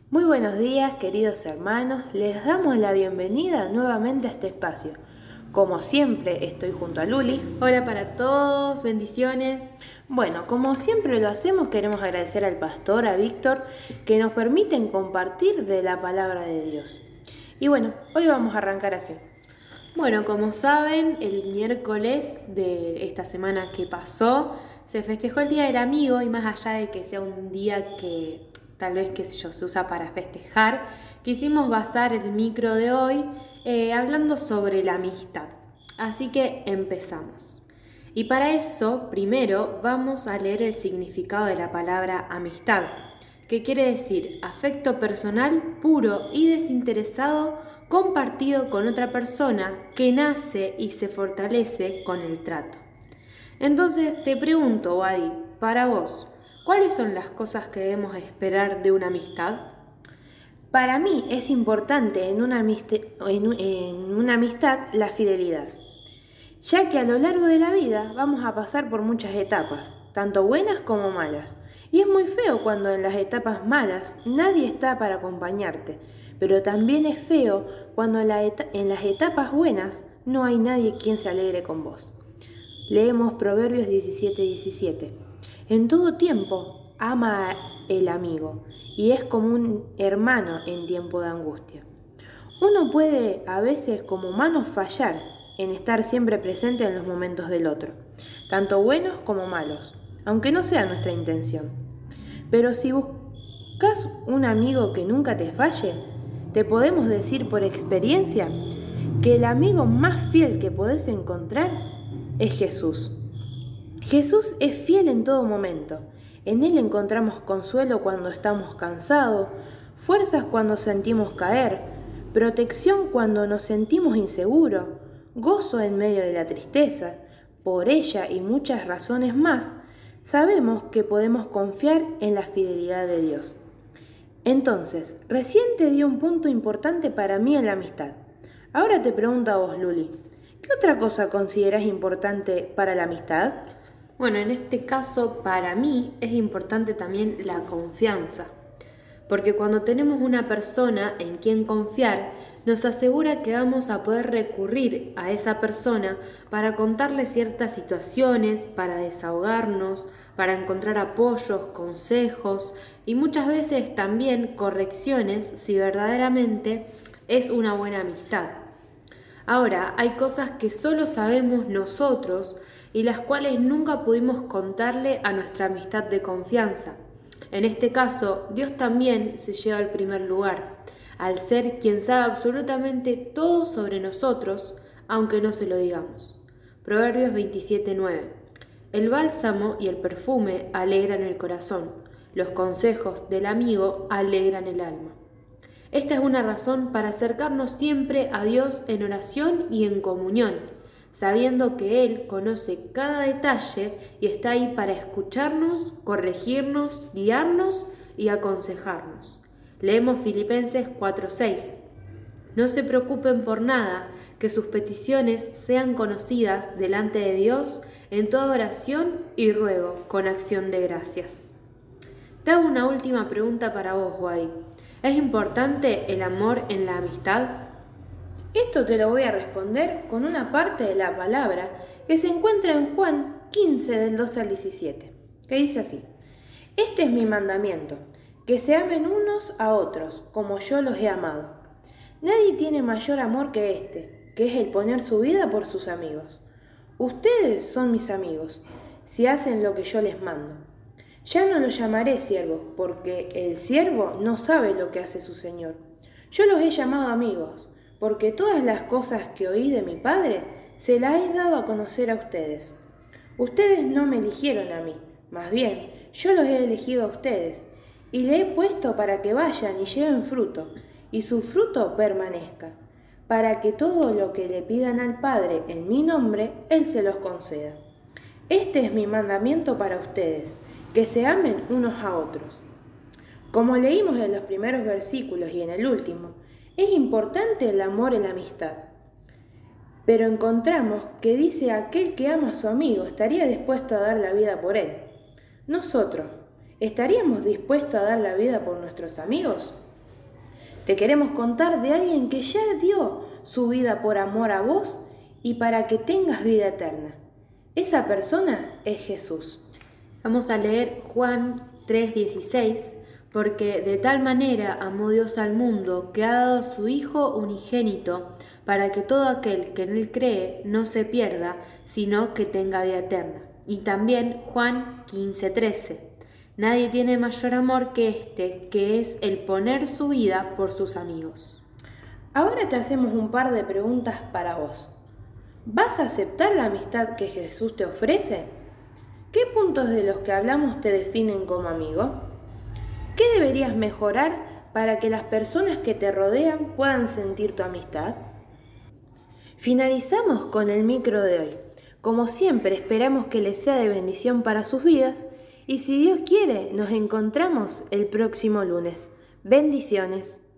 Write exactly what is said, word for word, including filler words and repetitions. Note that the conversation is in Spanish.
Muy buenos días, queridos hermanos. Les damos la bienvenida nuevamente a este espacio. Como siempre, estoy junto a Luli. Hola para todos, bendiciones. Bueno, como siempre lo hacemos, queremos agradecer al pastor, a Víctor, que nos permiten compartir de la palabra de Dios. Y bueno, hoy vamos a arrancar así. Bueno, como saben, el miércoles de esta semana que pasó se festejó el Día del Amigo, y más allá de que sea un día que tal vez, qué sé yo, se usa para festejar, quisimos basar el micro de hoy eh, hablando sobre la amistad. Así que empezamos. Y para eso, primero vamos a leer el significado de la palabra amistad, que quiere decir afecto personal puro y desinteresado compartido con otra persona que nace y se fortalece con el trato. Entonces te pregunto, Wadi, para vos, ¿cuáles son las cosas que debemos esperar de una amistad? Para mí es importante en una, amistad, en, en una amistad la fidelidad, ya que a lo largo de la vida vamos a pasar por muchas etapas, tanto buenas como malas. Y es muy feo cuando en las etapas malas nadie está para acompañarte, pero también es feo cuando en, la eta- en las etapas buenas no hay nadie quien se alegre con vos. Leemos Proverbios diecisiete diecisiete. En todo tiempo ama el amigo y es como un hermano en tiempo de angustia. Uno puede a veces como humanos fallar en estar siempre presente en los momentos del otro, tanto buenos como malos, aunque no sea nuestra intención. Pero si buscas un amigo que nunca te falle, te podemos decir por experiencia que el amigo más fiel que podés encontrar es Jesús. Jesús es fiel en todo momento. En Él encontramos consuelo cuando estamos cansados, fuerzas cuando sentimos caer, protección cuando nos sentimos inseguros, gozo en medio de la tristeza. Por ella y muchas razones más, sabemos que podemos confiar en la fidelidad de Dios. Entonces, recién te di un punto importante para mí en la amistad. Ahora te pregunto a vos, Luli, ¿qué otra cosa considerás importante para la amistad? Bueno, en este caso para mí es importante también la confianza, porque cuando tenemos una persona en quien confiar, nos asegura que vamos a poder recurrir a esa persona para contarle ciertas situaciones, para desahogarnos, para encontrar apoyos, consejos y muchas veces también correcciones si verdaderamente es una buena amistad. Ahora, hay cosas que solo sabemos nosotros y las cuales nunca pudimos contarle a nuestra amistad de confianza. En este caso, Dios también se lleva al primer lugar, al ser quien sabe absolutamente todo sobre nosotros, aunque no se lo digamos. Proverbios veintisiete nueve. El bálsamo y el perfume alegran el corazón, los consejos del amigo alegran el alma. Esta es una razón para acercarnos siempre a Dios en oración y en comunión, sabiendo que Él conoce cada detalle y está ahí para escucharnos, corregirnos, guiarnos y aconsejarnos. Leemos Filipenses cuatro seis. No se preocupen por nada, que sus peticiones sean conocidas delante de Dios en toda oración y ruego con acción de gracias. Te hago una última pregunta para vos, Guay. ¿Es importante el amor en la amistad? Esto te lo voy a responder con una parte de la palabra que se encuentra en Juan quince del doce al diecisiete, que dice así: Este es mi mandamiento, que se amen unos a otros, como yo los he amado. Nadie tiene mayor amor que este, que es el poner su vida por sus amigos. Ustedes son mis amigos, si hacen lo que yo les mando. Ya no los llamaré siervos, porque el siervo no sabe lo que hace su señor. Yo los he llamado amigos, porque todas las cosas que oí de mi Padre se las he dado a conocer a ustedes. Ustedes no me eligieron a mí, más bien, yo los he elegido a ustedes, y le he puesto para que vayan y lleven fruto, y su fruto permanezca, para que todo lo que le pidan al Padre en mi nombre, Él se los conceda. Este es mi mandamiento para ustedes, que se amen unos a otros. Como leímos en los primeros versículos y en el último, es importante el amor en la amistad. Pero encontramos que dice aquel que ama a su amigo estaría dispuesto a dar la vida por él. Nosotros, ¿estaríamos dispuestos a dar la vida por nuestros amigos? Te queremos contar de alguien que ya dio su vida por amor a vos y para que tengas vida eterna. Esa persona es Jesús. Vamos a leer Juan tres dieciséis, porque de tal manera amó Dios al mundo que ha dado a su Hijo unigénito, para que todo aquel que en él cree no se pierda, sino que tenga vida eterna. Y también Juan quince trece. Nadie tiene mayor amor que este, que es el poner su vida por sus amigos. Ahora te hacemos un par de preguntas para vos. ¿Vas a aceptar la amistad que Jesús te ofrece? ¿Qué puntos de los que hablamos te definen como amigo? ¿Qué deberías mejorar para que las personas que te rodean puedan sentir tu amistad? Finalizamos con el micro de hoy. Como siempre, esperamos que les sea de bendición para sus vidas y si Dios quiere, nos encontramos el próximo lunes. Bendiciones.